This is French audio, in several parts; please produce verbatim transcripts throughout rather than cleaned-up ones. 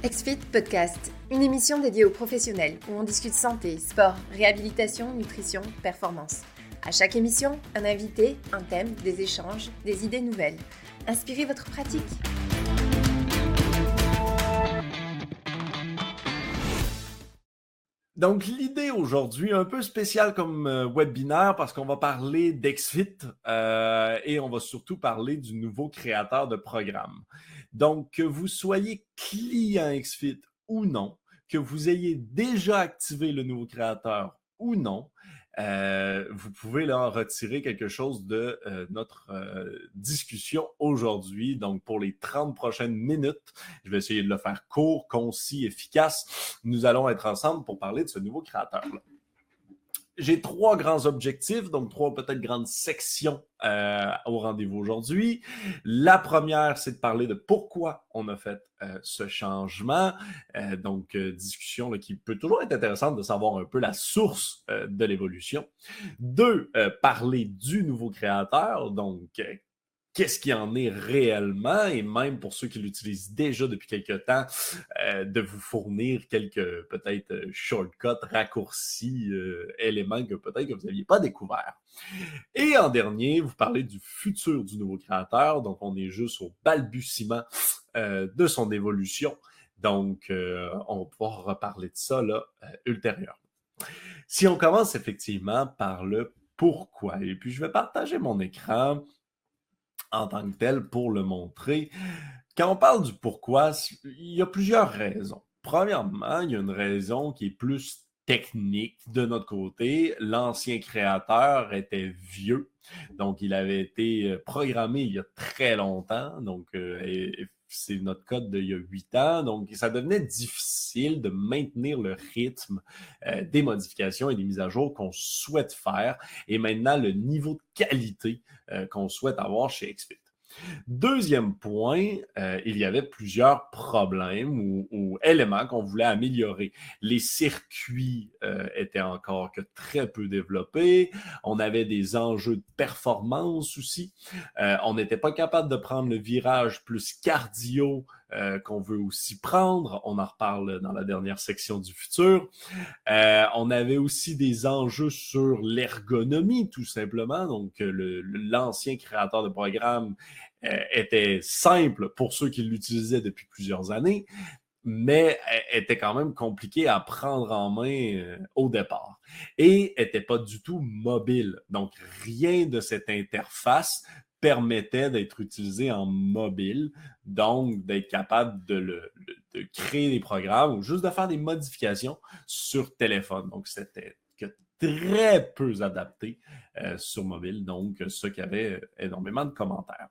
XFIT Podcast, une émission dédiée aux professionnels où on discute santé, sport, réhabilitation, nutrition, performance. À chaque émission, un invité, un thème, des échanges, des idées nouvelles. Inspirez votre pratique. Donc, l'idée aujourd'hui, un peu spéciale comme euh, webinaire parce qu'on va parler d'XFIT euh, et on va surtout parler du nouveau créateur de programme. Donc, que vous soyez client XFIT ou non, que vous ayez déjà activé le nouveau créateur ou non, euh, vous pouvez là retirer quelque chose de euh, notre euh, discussion aujourd'hui. Donc, pour les trente prochaines minutes, je vais essayer de le faire court, concis, efficace. Nous allons être ensemble pour parler de ce nouveau créateur-là. J'ai trois grands objectifs, donc trois peut-être grandes sections euh, au rendez-vous aujourd'hui. La première, c'est de parler de pourquoi on a fait euh, ce changement. Euh, donc, euh, discussion là, qui peut toujours être intéressante de savoir un peu la source euh, de l'évolution. Deux, euh, parler du nouveau créateur, donc euh, qu'est-ce qu'il en est réellement, et même pour ceux qui l'utilisent déjà depuis quelques temps, euh, de vous fournir quelques peut-être euh, shortcuts, raccourcis, euh, éléments que peut-être que vous n'aviez pas découverts. Et en dernier, vous parlez du futur du nouveau créateur, donc on est juste au balbutiement euh, de son évolution, donc euh, on va pouvoir reparler de ça là, euh, ultérieurement. Si on commence effectivement par le pourquoi, et puis je vais partager mon écran en tant que tel pour le montrer. Quand on parle du pourquoi, il y a plusieurs raisons. Premièrement, il y a une raison qui est plus technique de notre côté. L'ancien créateur était vieux, donc il avait été programmé il y a très longtemps, donc euh, et, c'est notre code d'il y a huit ans, donc ça devenait difficile de maintenir le rythme euh, des modifications et des mises à jour qu'on souhaite faire, et maintenant le niveau de qualité euh, qu'on souhaite avoir chez XFIT. Deuxième point, euh, il y avait plusieurs problèmes ou, ou éléments qu'on voulait améliorer. Les circuits euh, étaient encore que très peu développés. On avait des enjeux de performance aussi. Euh, on n'était pas capable de prendre le virage plus cardio euh, qu'on veut aussi prendre. On en reparle dans la dernière section du futur. Euh, on avait aussi des enjeux sur l'ergonomie, tout simplement. Donc, le, l'ancien créateur de programme euh, était simple pour ceux qui l'utilisaient depuis plusieurs années, mais était quand même compliqué à prendre en main euh, au départ. Et était pas du tout mobile. Donc, rien de cette interface permettait d'être utilisé en mobile, donc d'être capable de, le, de créer des programmes ou juste de faire des modifications sur téléphone. Donc, c'était que très peu adapté euh, sur mobile, donc ce qui avait énormément de commentaires.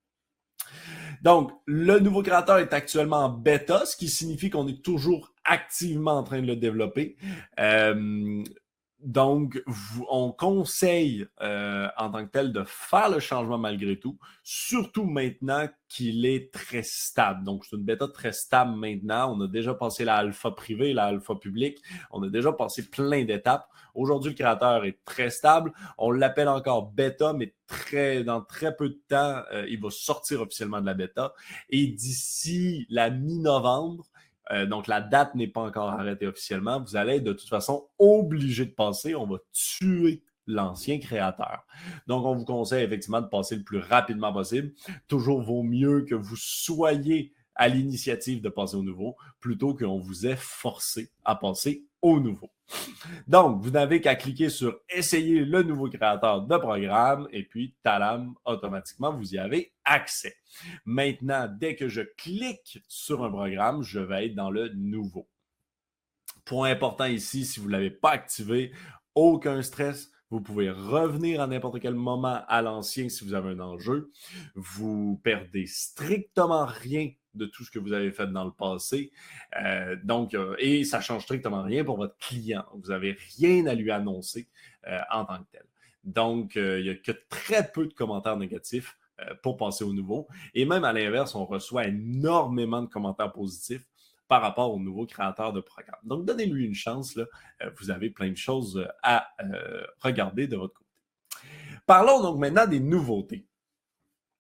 Donc, le nouveau créateur est actuellement en bêta, ce qui signifie qu'on est toujours activement en train de le développer. Euh, donc, vous, on conseille euh, en tant que tel de faire le changement malgré tout, surtout maintenant qu'il est très stable. Donc, c'est une bêta très stable maintenant. On a déjà passé la alpha privée, la alpha publique. On a déjà passé plein d'étapes. Aujourd'hui, le créateur est très stable. On l'appelle encore bêta, mais très, dans très peu de temps, euh, il va sortir officiellement de la bêta. Et d'ici la mi-novembre, Euh, donc, la date n'est pas encore arrêtée officiellement. Vous allez être de toute façon obligé de passer. On va tuer l'ancien créateur. Donc, on vous conseille effectivement de passer le plus rapidement possible. Toujours vaut mieux que vous soyez à l'initiative de passer au nouveau plutôt qu'on vous ait forcé à passer au nouveau. Donc, vous n'avez qu'à cliquer sur « Essayer le nouveau créateur de programme » et puis, talam, automatiquement, vous y avez accès. Maintenant, dès que je clique sur un programme, je vais être dans le nouveau. Point important ici, si vous ne l'avez pas activé, aucun stress. Vous pouvez revenir à n'importe quel moment à l'ancien si vous avez un enjeu. Vous perdez strictement rien de tout ce que vous avez fait dans le passé. Euh, donc, euh, et ça change strictement rien pour votre client. Vous n'avez rien à lui annoncer euh, en tant que tel. Donc, euh, il n'y a que très peu de commentaires négatifs euh, pour passer au nouveau. Et même à l'inverse, on reçoit énormément de commentaires positifs par rapport au nouveau créateur de programme. Donc, donnez-lui une chance. Là. Euh, vous avez plein de choses à euh, regarder de votre côté. Parlons donc maintenant des nouveautés.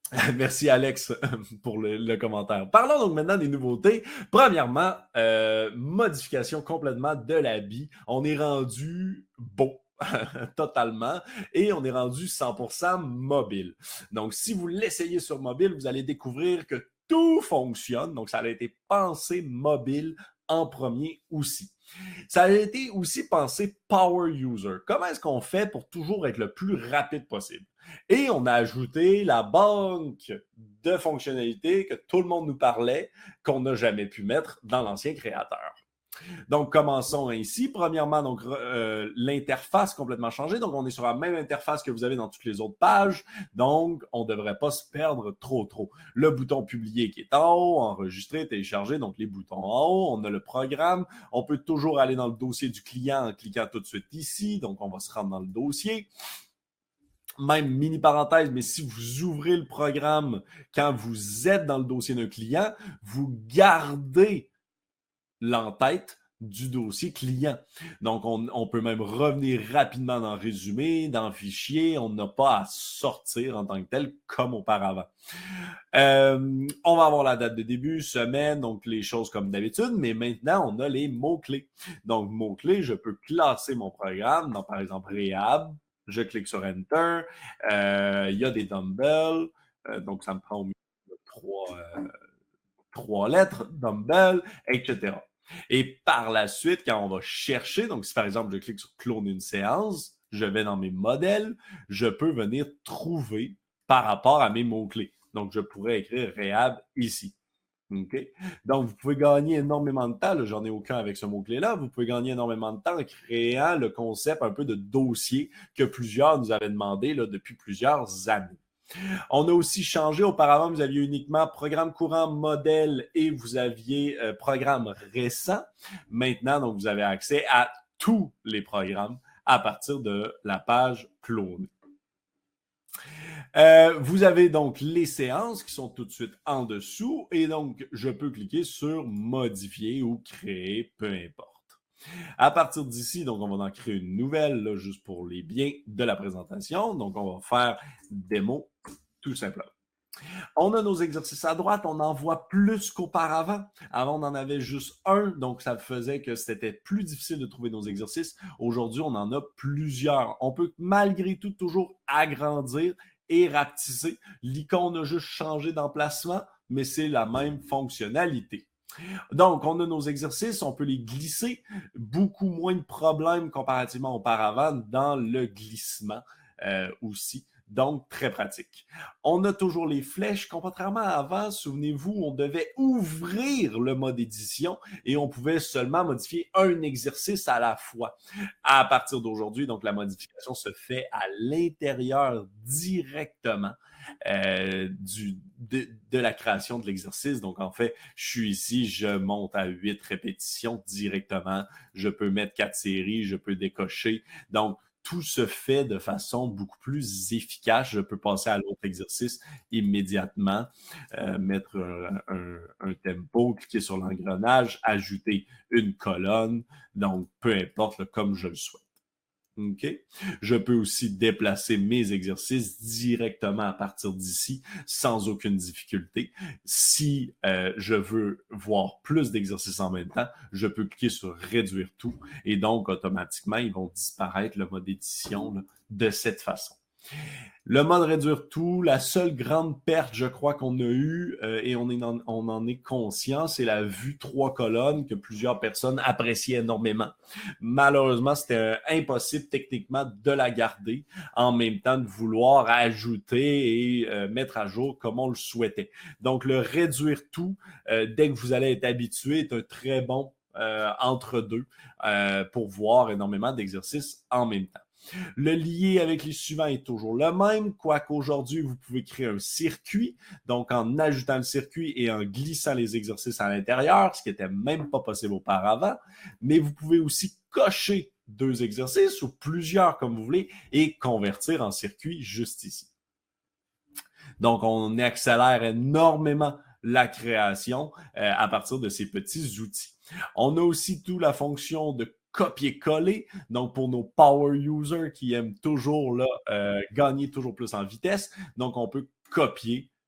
Merci Alex pour le, le commentaire. Parlons donc maintenant des nouveautés. Premièrement, euh, modification complètement de l'habit. On est rendu beau. Totalement. Et on est rendu cent pour cent mobile. Donc, si vous l'essayez sur mobile, vous allez découvrir que tout fonctionne. Donc, ça a été pensé mobile en premier aussi. Ça a été aussi pensé power user. Comment est-ce qu'on fait pour toujours être le plus rapide possible? Et on a ajouté la banque de fonctionnalités que tout le monde nous parlait, qu'on n'a jamais pu mettre dans l'ancien créateur. Donc, commençons ainsi. Premièrement, donc euh, l'interface complètement changée. Donc, on est sur la même interface que vous avez dans toutes les autres pages. Donc, on ne devrait pas se perdre trop, trop. Le bouton publier qui est en haut, enregistrer, télécharger. Donc, les boutons en haut. On a le programme. On peut toujours aller dans le dossier du client en cliquant tout de suite ici. Donc, on va se rendre dans le dossier. Même mini parenthèse, mais si vous ouvrez le programme quand vous êtes dans le dossier d'un client, vous gardez l'entête du dossier client. Donc, on, on peut même revenir rapidement dans le résumé, dans le fichier. On n'a pas à sortir en tant que tel comme auparavant. Euh, on va avoir la date de début, semaine, donc les choses comme d'habitude, mais maintenant, on a les mots-clés. Donc, mots-clés, je peux classer mon programme dans, par exemple, Rehab. Je clique sur Enter. Euh, il y a des dumbbells. Euh, donc, ça me prend au minimum trois, euh, trois lettres, dumbbell, et cetera. Et par la suite, quand on va chercher, donc si par exemple je clique sur clone une séance, je vais dans mes modèles, je peux venir trouver par rapport à mes mots-clés. Donc, je pourrais écrire Rehab ici. Okay? Donc, vous pouvez gagner énormément de temps. Là, j'en ai aucun avec ce mot-clé-là. Vous pouvez gagner énormément de temps en créant le concept un peu de dossier que plusieurs nous avaient demandé là, depuis plusieurs années. On a aussi changé. Auparavant, vous aviez uniquement programme courant, modèle et vous aviez euh, programme récent. Maintenant, donc, vous avez accès à tous les programmes à partir de la page clonée. Euh, vous avez donc les séances qui sont tout de suite en dessous et donc je peux cliquer sur modifier ou créer, peu importe. À partir d'ici, donc on va en créer une nouvelle là, juste pour les biens de la présentation. Donc on va faire démo tout simplement. On a nos exercices à droite, on en voit plus qu'auparavant. Avant, on en avait juste un, donc ça faisait que c'était plus difficile de trouver nos exercices. Aujourd'hui, on en a plusieurs. On peut malgré tout toujours agrandir et rapetisser. L'icône a juste changé d'emplacement, mais c'est la même fonctionnalité. Donc, on a nos exercices, on peut les glisser. Beaucoup moins de problèmes comparativement auparavant dans le glissement euh, aussi. Donc, très pratique. On a toujours les flèches. Contrairement à avant, souvenez-vous, on devait ouvrir le mode édition et on pouvait seulement modifier un exercice à la fois. À partir d'aujourd'hui, donc la modification se fait à l'intérieur directement euh, du, de, de la création de l'exercice. Donc, en fait, je suis ici, je monte à huit répétitions directement. Je peux mettre quatre séries, je peux décocher. Donc, tout se fait de façon beaucoup plus efficace. Je peux passer à l'autre exercice immédiatement, euh, mettre un, un, un tempo, cliquer sur l'engrenage, ajouter une colonne, donc peu importe là, comme je le souhaite. Okay. Je peux aussi déplacer mes exercices directement à partir d'ici sans aucune difficulté. Si euh, je veux voir plus d'exercices en même temps, je peux cliquer sur réduire tout et donc automatiquement ils vont disparaître le mode édition là, de cette façon. Le mode réduire tout, la seule grande perte, je crois, qu'on a eue, euh, et on, est en, on en est conscient, c'est la vue trois colonnes que plusieurs personnes appréciaient énormément. Malheureusement, c'était euh, impossible techniquement de la garder en même temps de vouloir ajouter et euh, mettre à jour comme on le souhaitait. Donc, le réduire tout, euh, dès que vous allez être habitué, est un très bon euh, entre-deux euh, pour voir énormément d'exercices en même temps. Le lié avec les suivants est toujours le même, quoique aujourd'hui, vous pouvez créer un circuit, donc en ajoutant le circuit et en glissant les exercices à l'intérieur, ce qui n'était même pas possible auparavant, mais vous pouvez aussi cocher deux exercices ou plusieurs comme vous voulez et convertir en circuit juste ici. Donc, on accélère énormément la création euh, à partir de ces petits outils. On a aussi toute la fonction de copier-coller, donc pour nos power users qui aiment toujours là, euh, gagner toujours plus en vitesse, donc on peut copier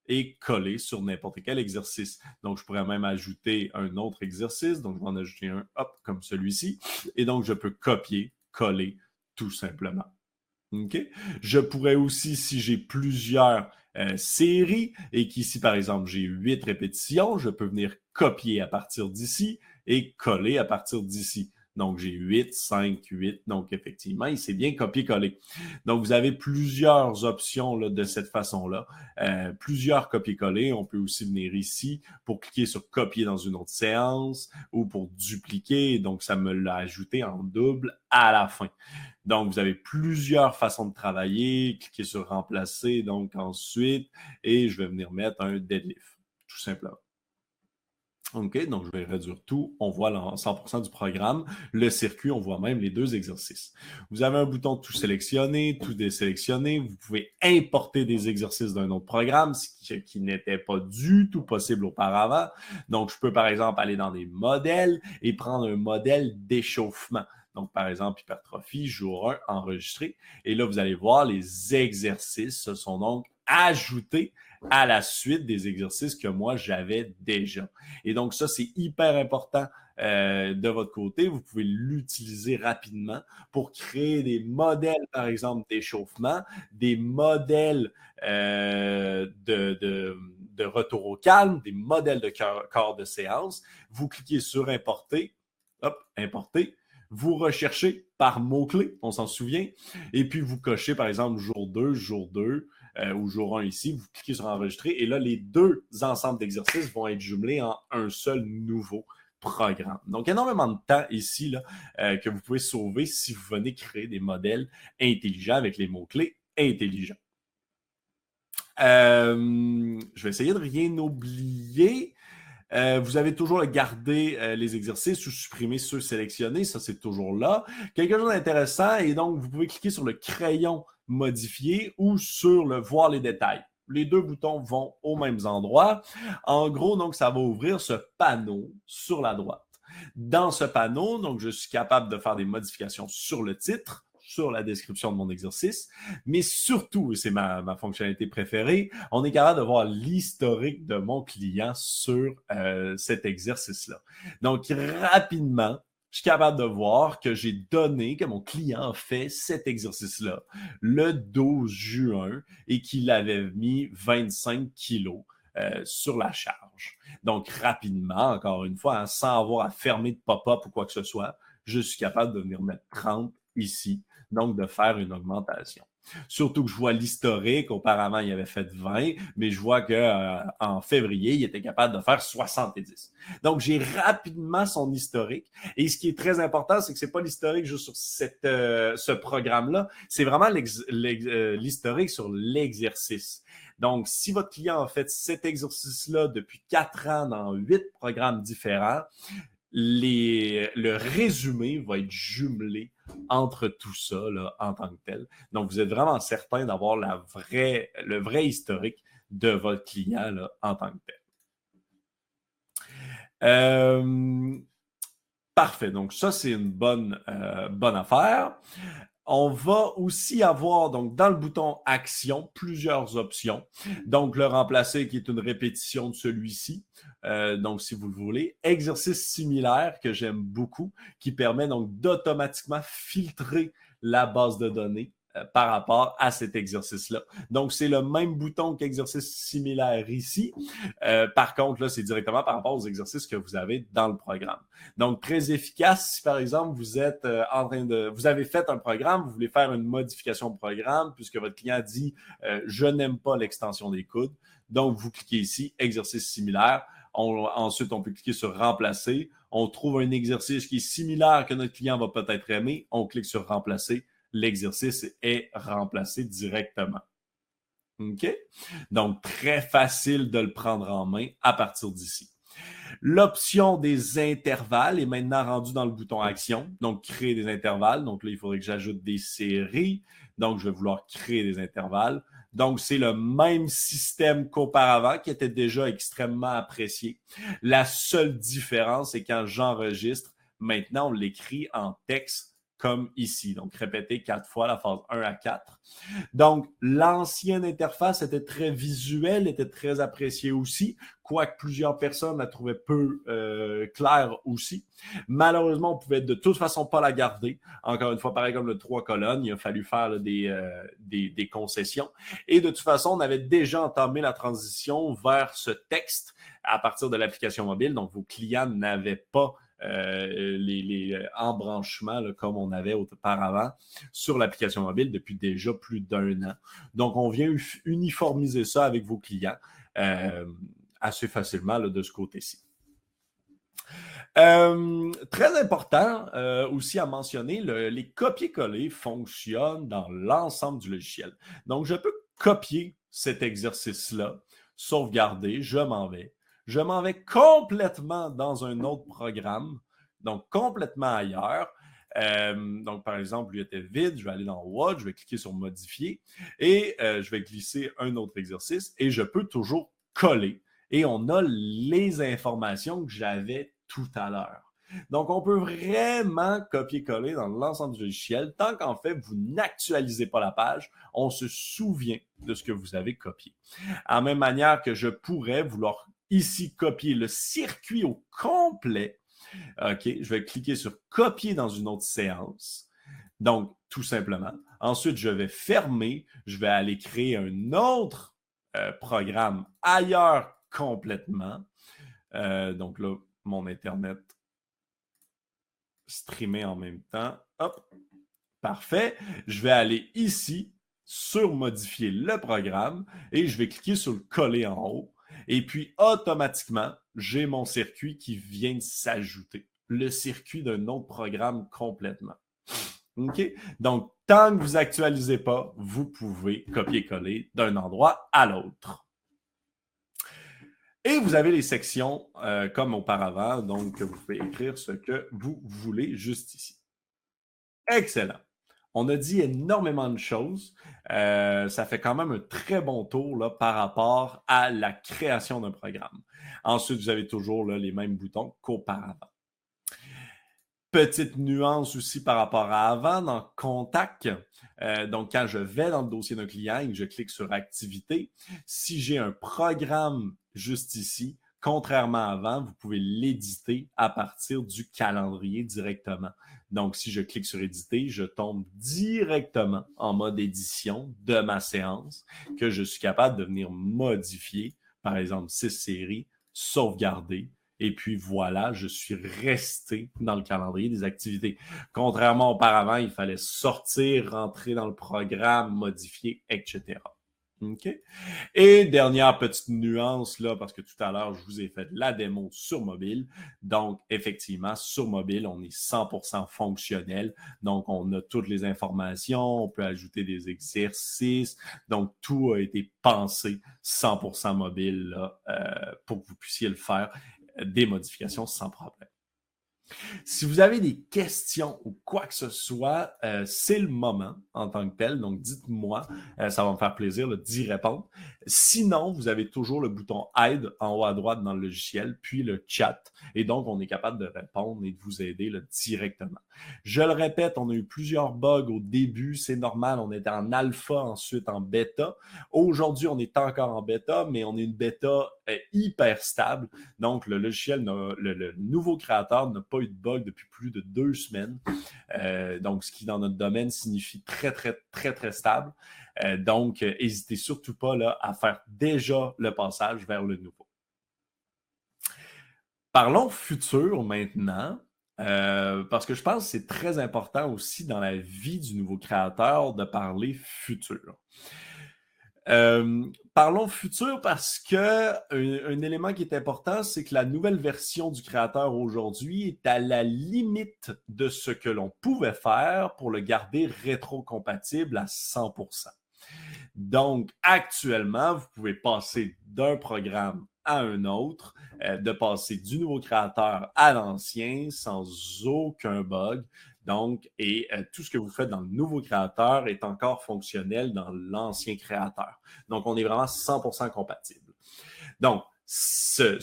et coller sur n'importe quel exercice. Donc, je pourrais même ajouter un autre exercice. Donc, je vais en ajouter un, hop, comme celui-ci. Et donc, je peux copier, coller, tout simplement. OK? Je pourrais aussi, si j'ai plusieurs euh, séries et qu'ici, par exemple, j'ai huit répétitions, je peux venir copier à partir d'ici et coller à partir d'ici. Donc, j'ai huit, cinq, huit. Donc, effectivement, il s'est bien copier-coller. Donc, vous avez plusieurs options là, de cette façon-là. Euh, plusieurs copier-coller. On peut aussi venir ici pour cliquer sur copier dans une autre séance ou pour dupliquer. Donc, ça me l'a ajouté en double à la fin. Donc, vous avez plusieurs façons de travailler. Cliquez sur remplacer, donc ensuite, et je vais venir mettre un deadlift, tout simplement. OK, donc je vais réduire tout. On voit cent pour cent du programme. Le circuit, on voit même les deux exercices. Vous avez un bouton tout sélectionner, tout désélectionner. Vous pouvez importer des exercices d'un autre programme, ce qui, qui n'était pas du tout possible auparavant. Donc, je peux par exemple aller dans des modèles et prendre un modèle d'échauffement. Donc, par exemple, hypertrophie, jour un, enregistré. Et là, vous allez voir, les exercices se sont donc ajoutés à la suite des exercices que moi, j'avais déjà. Et donc, ça, c'est hyper important euh, de votre côté. Vous pouvez l'utiliser rapidement pour créer des modèles, par exemple, d'échauffement, des modèles euh, de, de, de retour au calme, des modèles de corps de séance. Vous cliquez sur « Importer », hop, « Importer ». Vous recherchez par mots-clés, on s'en souvient, et puis vous cochez, par exemple, jour deux, jour deux, euh, ou jour un ici, vous cliquez sur enregistrer, et là, les deux ensembles d'exercices vont être jumelés en un seul nouveau programme. Donc, énormément de temps ici là, euh, que vous pouvez sauver si vous venez créer des modèles intelligents avec les mots-clés intelligents. Euh, je vais essayer de rien oublier. Euh, vous avez toujours garder euh, les exercices ou supprimer ceux sélectionnés. Ça, c'est toujours là. Quelque chose d'intéressant, et donc, vous pouvez cliquer sur le crayon modifié ou sur le voir les détails. Les deux boutons vont aux mêmes endroits. En gros, donc, ça va ouvrir ce panneau sur la droite. Dans ce panneau, donc, je suis capable de faire des modifications sur le titre, sur la description de mon exercice, mais surtout, et c'est ma, ma fonctionnalité préférée, on est capable de voir l'historique de mon client sur euh, cet exercice-là. Donc, rapidement, je suis capable de voir que j'ai donné, que mon client a fait cet exercice-là le douze juin et qu'il avait mis vingt-cinq kilos euh, sur la charge. Donc, rapidement, encore une fois, hein, sans avoir à fermer de pop-up ou quoi que ce soit, je suis capable de venir mettre trente ici, donc de faire une augmentation. Surtout que je vois l'historique, auparavant il avait fait vingt, mais je vois qu'en euh, février, il était capable de faire soixante-dix. Donc j'ai rapidement son historique, et ce qui est très important, c'est que c'est pas l'historique juste sur cette, euh, ce programme-là, c'est vraiment euh, l'historique sur l'exercice. Donc, si votre client a fait cet exercice-là depuis quatre ans dans huit programmes différents, les, le résumé va être jumelé entre tout ça là, en tant que tel. Donc, vous êtes vraiment certain d'avoir la vraie, le vrai historique de votre client là, en tant que tel. Euh, parfait. Donc, ça, c'est une bonne, euh, bonne affaire. On va aussi avoir, donc, dans le bouton Action, plusieurs options. Donc, le remplacer qui est une répétition de celui-ci. Euh, donc, si vous le voulez. Exercice similaire que j'aime beaucoup, qui permet donc d'automatiquement filtrer la base de données euh, par rapport à cet exercice-là. Donc, c'est le même bouton qu'exercice similaire ici. Euh, par contre, là, c'est directement par rapport aux exercices que vous avez dans le programme. Donc, très efficace si, par exemple, vous êtes euh, en train de... Vous avez fait un programme, vous voulez faire une modification de programme puisque votre client dit euh, « Je n'aime pas l'extension des coudes ». Donc, vous cliquez ici « Exercice similaire ». On, ensuite, on peut cliquer sur « Remplacer ». On trouve un exercice qui est similaire que notre client va peut-être aimer. On clique sur « Remplacer ». L'exercice est remplacé directement. OK? Donc, très facile de le prendre en main à partir d'ici. L'option des intervalles est maintenant rendue dans le bouton Action. Donc, créer des intervalles. Donc là, il faudrait que j'ajoute des séries. Donc, je vais vouloir créer des intervalles. Donc, c'est le même système qu'auparavant qui était déjà extrêmement apprécié. La seule différence, c'est quand j'enregistre, maintenant, on l'écrit en texte comme ici. Donc, répétez quatre fois la phase un à quatre. Donc, l'ancienne interface était très visuelle, était très appréciée aussi, quoique plusieurs personnes la trouvaient peu euh, claire aussi. Malheureusement, on pouvait de toute façon pas la garder. Encore une fois, pareil comme le trois colonnes, il a fallu faire là, des, euh, des, des concessions. Et de toute façon, on avait déjà entamé la transition vers ce texte à partir de l'application mobile. Donc, vos clients n'avaient pas euh, les, les embranchements là, comme on avait auparavant sur l'application mobile depuis déjà plus d'un an. Donc, on vient uniformiser ça avec vos clients euh, assez facilement là, de ce côté-ci. Euh, très important euh, aussi à mentionner, le, les copier-coller fonctionnent dans l'ensemble du logiciel. Donc, je peux copier cet exercice-là, sauvegarder, je m'en vais. Je m'en vais complètement dans un autre programme, donc complètement ailleurs. Euh, donc, par exemple, lui était vide, je vais aller dans Watch, je vais cliquer sur Modifier et euh, je vais glisser un autre exercice et je peux toujours coller. Et on a les informations que j'avais tout à l'heure. Donc, on peut vraiment copier-coller dans l'ensemble du logiciel. Tant qu'en fait, vous n'actualisez pas la page, on se souvient de ce que vous avez copié. À la même manière que je pourrais vouloir ici copier le circuit au complet. OK, je vais cliquer sur copier dans une autre séance. Donc, tout simplement. Ensuite, je vais fermer. Je vais aller créer un autre euh, programme ailleurs complètement. Euh, donc là, mon Internet streamé en même temps. Hop, parfait. Je vais aller ici sur modifier le programme et je vais cliquer sur le coller en haut. Et puis, automatiquement, j'ai mon circuit qui vient de s'ajouter. Le circuit d'un autre programme complètement. OK? Donc, tant que vous n'actualisez pas, vous pouvez copier-coller d'un endroit à l'autre. Et vous avez les sections euh, comme auparavant, donc vous pouvez écrire ce que vous voulez juste ici. Excellent. On a dit énormément de choses. Euh, ça fait quand même un très bon tour là, par rapport à la création d'un programme. Ensuite, vous avez toujours là, les mêmes boutons qu'auparavant. Petite nuance aussi par rapport à avant, dans Contact. Euh, donc, quand je vais dans le dossier d'un client et que je clique sur Activité, si j'ai un programme juste ici, contrairement à avant, vous pouvez l'éditer à partir du calendrier directement. Donc, si je clique sur Éditer, je tombe directement en mode édition de ma séance que je suis capable de venir modifier, par exemple, six séries, sauvegarder. Et puis voilà, je suis resté dans le calendrier des activités. Contrairement auparavant, il fallait sortir, rentrer dans le programme, modifier, et cetera. OK? Et dernière petite nuance, là, parce que tout à l'heure, je vous ai fait la démo sur mobile. Donc, effectivement, sur mobile, on est cent pour cent fonctionnel. Donc, on a toutes les informations, on peut ajouter des exercices. Donc, tout a été pensé cent pour cent mobile là, euh, pour que vous puissiez le faire, des modifications sans problème. Si vous avez des questions ou quoi que ce soit, euh, c'est le moment en tant que tel. Donc, dites-moi, euh, ça va me faire plaisir là, d'y répondre. Sinon, vous avez toujours le bouton Aide en haut à droite dans le logiciel, puis le chat. Et donc, on est capable de répondre et de vous aider là, directement. Je le répète, on a eu plusieurs bugs au début. C'est normal, on était en alpha, ensuite en bêta. Aujourd'hui, on est encore en bêta, mais on est une bêta euh, hyper stable. Donc, le logiciel, le, le nouveau créateur n'a pas eu de bug depuis plus de deux semaines. Euh, donc, ce qui, dans notre domaine, signifie très, très, très, très stable. Euh, donc, n'hésitez euh, surtout pas là, à faire déjà le passage vers le nouveau. Parlons futur maintenant. Euh, parce que je pense que c'est très important aussi dans la vie du nouveau créateur de parler futur. Euh, parlons futur parce que un, un élément qui est important, c'est que la nouvelle version du créateur aujourd'hui est à la limite de ce que l'on pouvait faire pour le garder rétro-compatible à cent pour cent. Donc, actuellement, vous pouvez passer d'un programme à un autre, euh, de passer du nouveau créateur à l'ancien sans aucun bug. Donc, et euh, tout ce que vous faites dans le nouveau créateur est encore fonctionnel dans l'ancien créateur. Donc, on est vraiment cent pour cent compatible. Donc, ce,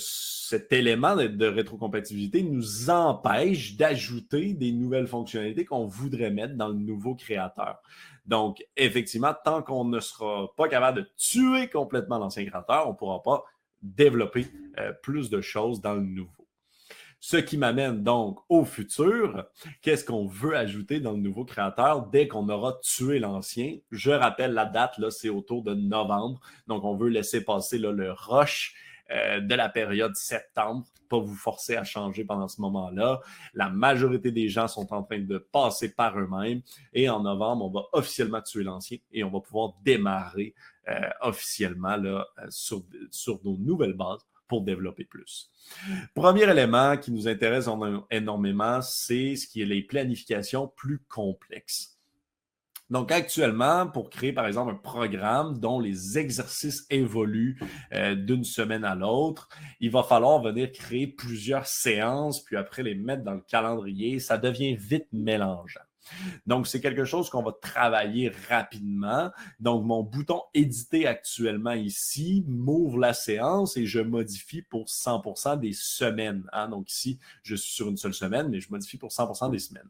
cet élément de, de rétrocompatibilité nous empêche d'ajouter des nouvelles fonctionnalités qu'on voudrait mettre dans le nouveau créateur. Donc, effectivement, tant qu'on ne sera pas capable de tuer complètement l'ancien créateur, on ne pourra pas développer euh, plus de choses dans le nouveau. Ce qui m'amène donc au futur. Qu'est-ce qu'on veut ajouter dans le nouveau créateur dès qu'on aura tué l'ancien? Je rappelle la date, là, c'est autour de novembre. Donc, on veut laisser passer là, le rush euh, de la période septembre, pas vous forcer à changer pendant ce moment-là. La majorité des gens sont en train de passer par eux-mêmes. Et en novembre, on va officiellement tuer l'ancien et on va pouvoir démarrer euh, officiellement là, sur, sur nos nouvelles bases pour développer plus. Premier élément qui nous intéresse énormément, c'est ce qui est les planifications plus complexes. Donc, actuellement, pour créer, par exemple, un programme dont les exercices évoluent euh, d'une semaine à l'autre, il va falloir venir créer plusieurs séances, puis après les mettre dans le calendrier. Ça devient vite mélangeant. Donc, c'est quelque chose qu'on va travailler rapidement. Donc, mon bouton « Éditer » actuellement ici m'ouvre la séance et je modifie pour cent pour cent des semaines. Hein? Donc, ici, je suis sur une seule semaine, mais je modifie pour cent pour cent des semaines.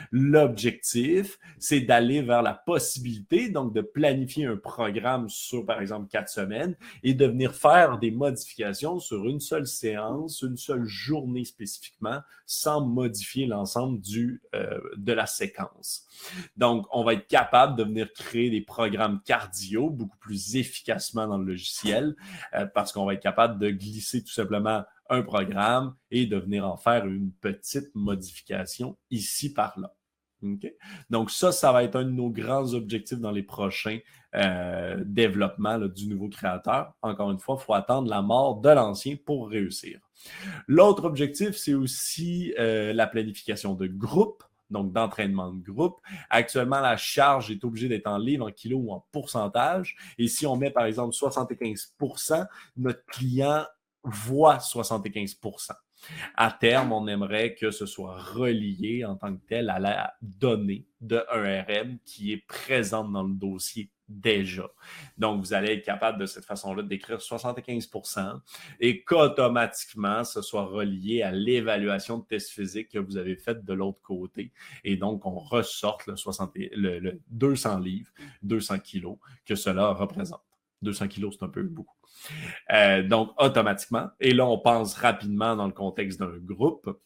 L'objectif, c'est d'aller vers la possibilité, donc de planifier un programme sur, par exemple, quatre semaines et de venir faire des modifications sur une seule séance, une seule journée spécifiquement, sans modifier l'ensemble du euh, de la séquence. Donc, on va être capable de venir créer des programmes cardio beaucoup plus efficacement dans le logiciel euh, parce qu'on va être capable de glisser tout simplement un programme et de venir en faire une petite modification ici par là. Okay? Donc ça, ça va être un de nos grands objectifs dans les prochains euh, développements là, du nouveau créateur. Encore une fois, il faut attendre la mort de l'ancien pour réussir. L'autre objectif, c'est aussi euh, la planification de groupe. Donc, d'entraînement de groupe. Actuellement, la charge est obligée d'être en livres, en kilos ou en pourcentage. Et si on met, par exemple, soixante-quinze pour cent, notre client voit soixante-quinze pour cent. À terme, on aimerait que ce soit relié en tant que tel à la donnée de un R M qui est présente dans le dossier déjà. Donc, vous allez être capable de cette façon-là d'écrire soixante-quinze pour cent et qu'automatiquement, ce soit relié à l'évaluation de test physique que vous avez faite de l'autre côté. Et donc, on ressorte le, soixante, le, le deux cents livres, deux cents kilos que cela représente. deux cents kilos, c'est un peu beaucoup. Euh, donc, automatiquement. Et là, on pense rapidement dans le contexte d'un groupe.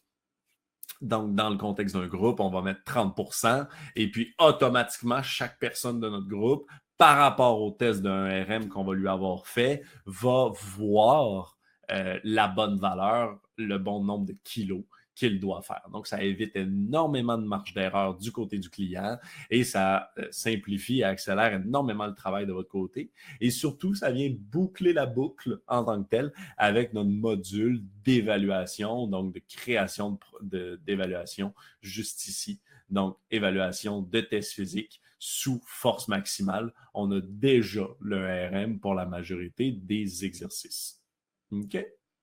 Donc, dans le contexte d'un groupe, on va mettre trente pour cent. Et puis, automatiquement, chaque personne de notre groupe, par rapport au test d'un R M qu'on va lui avoir fait, va voir euh, la bonne valeur, le bon nombre de kilos qu'il doit faire. Donc, ça évite énormément de marge d'erreur du côté du client et ça euh, simplifie et accélère énormément le travail de votre côté. Et surtout, ça vient boucler la boucle en tant que telle avec notre module d'évaluation, donc de création de, de, d'évaluation juste ici. Donc, évaluation de tests physiques sous force maximale. On a déjà le R M pour la majorité des exercices. OK?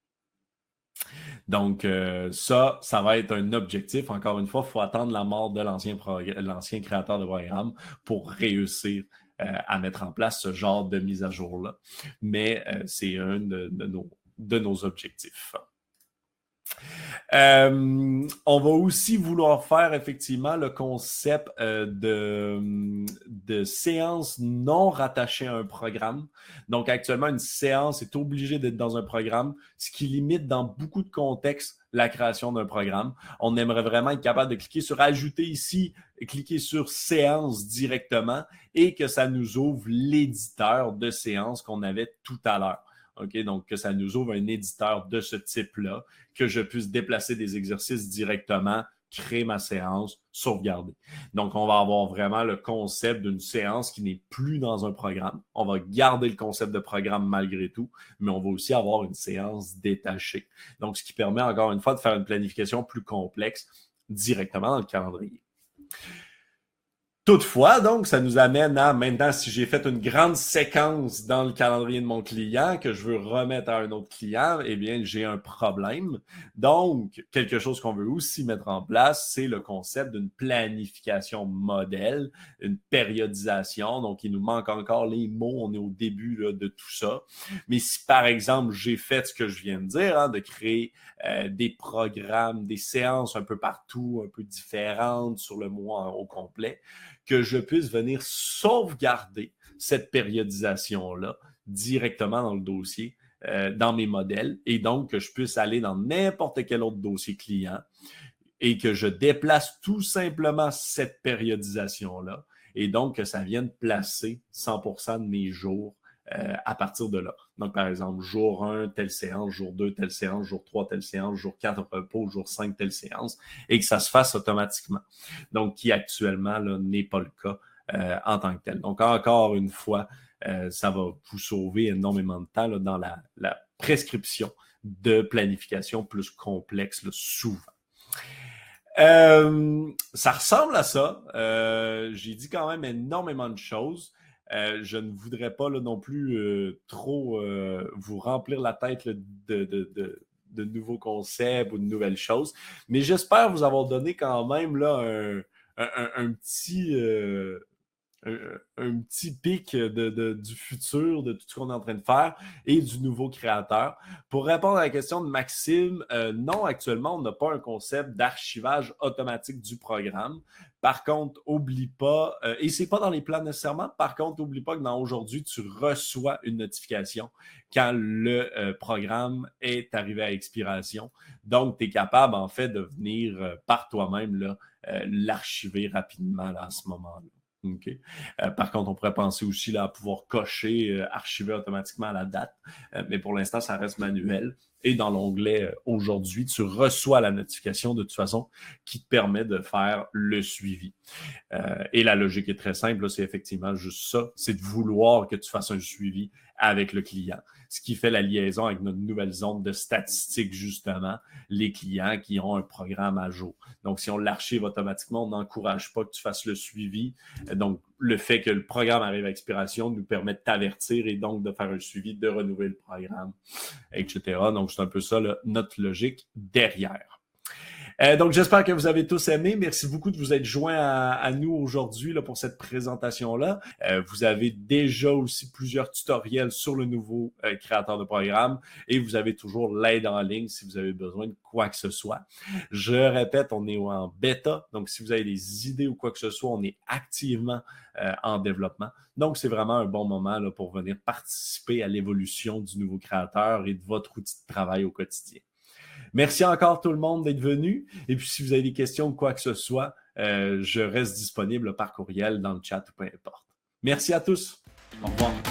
Donc, euh, ça, ça va être un objectif. Encore une fois, il faut attendre la mort de l'ancien, progr- l'ancien créateur de programme pour réussir euh, à mettre en place ce genre de mise à jour-là. Mais euh, c'est un de, de, nos, de nos objectifs. Euh, on va aussi vouloir faire effectivement le concept euh, de, de séance non rattachée à un programme. Donc actuellement, une séance est obligée d'être dans un programme, ce qui limite dans beaucoup de contextes la création d'un programme. On aimerait vraiment être capable de cliquer sur « Ajouter » ici, cliquer sur « Séance » directement et que ça nous ouvre l'éditeur de séance qu'on avait tout à l'heure. Okay, donc, que ça nous ouvre un éditeur de ce type-là, que je puisse déplacer des exercices directement, créer ma séance, sauvegarder. Donc, on va avoir vraiment le concept d'une séance qui n'est plus dans un programme. On va garder le concept de programme malgré tout, mais on va aussi avoir une séance détachée. Donc, ce qui permet encore une fois de faire une planification plus complexe directement dans le calendrier. Toutefois, donc, ça nous amène à maintenant, si j'ai fait une grande séquence dans le calendrier de mon client que je veux remettre à un autre client, eh bien, j'ai un problème. Donc, quelque chose qu'on veut aussi mettre en place, c'est le concept d'une planification modèle, une périodisation. Donc, il nous manque encore les mots. On est au début là, de tout ça. Mais si, par exemple, j'ai fait ce que je viens de dire, hein, de créer euh, des programmes, des séances un peu partout, un peu différentes sur le mois au complet, que je puisse venir sauvegarder cette périodisation-là directement dans le dossier, euh, dans mes modèles, et donc que je puisse aller dans n'importe quel autre dossier client et que je déplace tout simplement cette périodisation-là, et donc que ça vienne placer cent pour cent de mes jours Euh, à partir de là. Donc, par exemple, jour un, telle séance, jour deux, telle séance, jour trois, telle séance, jour quatre, repos, jour cinq, telle séance, et que ça se fasse automatiquement. Donc, qui actuellement là, n'est pas le cas euh, en tant que tel. Donc, encore une fois, euh, ça va vous sauver énormément de temps là, dans la, la prescription de planification plus complexe, là, souvent. Euh, ça ressemble à ça. Euh, j'ai dit quand même énormément de choses. Euh, je ne voudrais pas là, non plus euh, trop euh, vous remplir la tête là, de, de, de, de nouveaux concepts ou de nouvelles choses, mais j'espère vous avoir donné quand même là, un, un, un petit... Euh, Un, un petit pic de, de, du futur, de tout ce qu'on est en train de faire et du nouveau créateur. Pour répondre à la question de Maxime, euh, non, actuellement, on n'a pas un concept d'archivage automatique du programme. Par contre, oublie pas, euh, et c'est pas dans les plans nécessairement, par contre, oublie pas que dans aujourd'hui, tu reçois une notification quand le euh, programme est arrivé à expiration. Donc, tu es capable, en fait, de venir euh, par toi-même là, euh, l'archiver rapidement là, à ce moment-là. Okay. Euh, par contre, on pourrait penser aussi là, à pouvoir cocher, euh, archiver automatiquement à la date. Euh, mais pour l'instant, ça reste manuel. Et dans l'onglet euh, aujourd'hui, tu reçois la notification de toute façon qui te permet de faire le suivi. Euh, et la logique est très simple, là, c'est effectivement juste ça, c'est de vouloir que tu fasses un suivi avec le client. Ce qui fait la liaison avec notre nouvelle zone de statistiques, justement, les clients qui ont un programme à jour. Donc, si on l'archive automatiquement, on n'encourage pas que tu fasses le suivi. Donc, le fait que le programme arrive à expiration nous permet de t'avertir et donc de faire un suivi, de renouveler le programme, et cetera. Donc, c'est un peu ça là, notre logique derrière. Euh, donc, j'espère que vous avez tous aimé. Merci beaucoup de vous être joints à, à nous aujourd'hui là, pour cette présentation-là. Euh, vous avez déjà aussi plusieurs tutoriels sur le nouveau euh, créateur de programme et vous avez toujours l'aide en ligne si vous avez besoin de quoi que ce soit. Je répète, on est en bêta, donc si vous avez des idées ou quoi que ce soit, on est activement euh, en développement. Donc, c'est vraiment un bon moment là, pour venir participer à l'évolution du nouveau créateur et de votre outil de travail au quotidien. Merci encore tout le monde d'être venu. Et puis, si vous avez des questions ou quoi que ce soit, euh, je reste disponible par courriel, dans le chat ou peu importe. Merci à tous. Au revoir.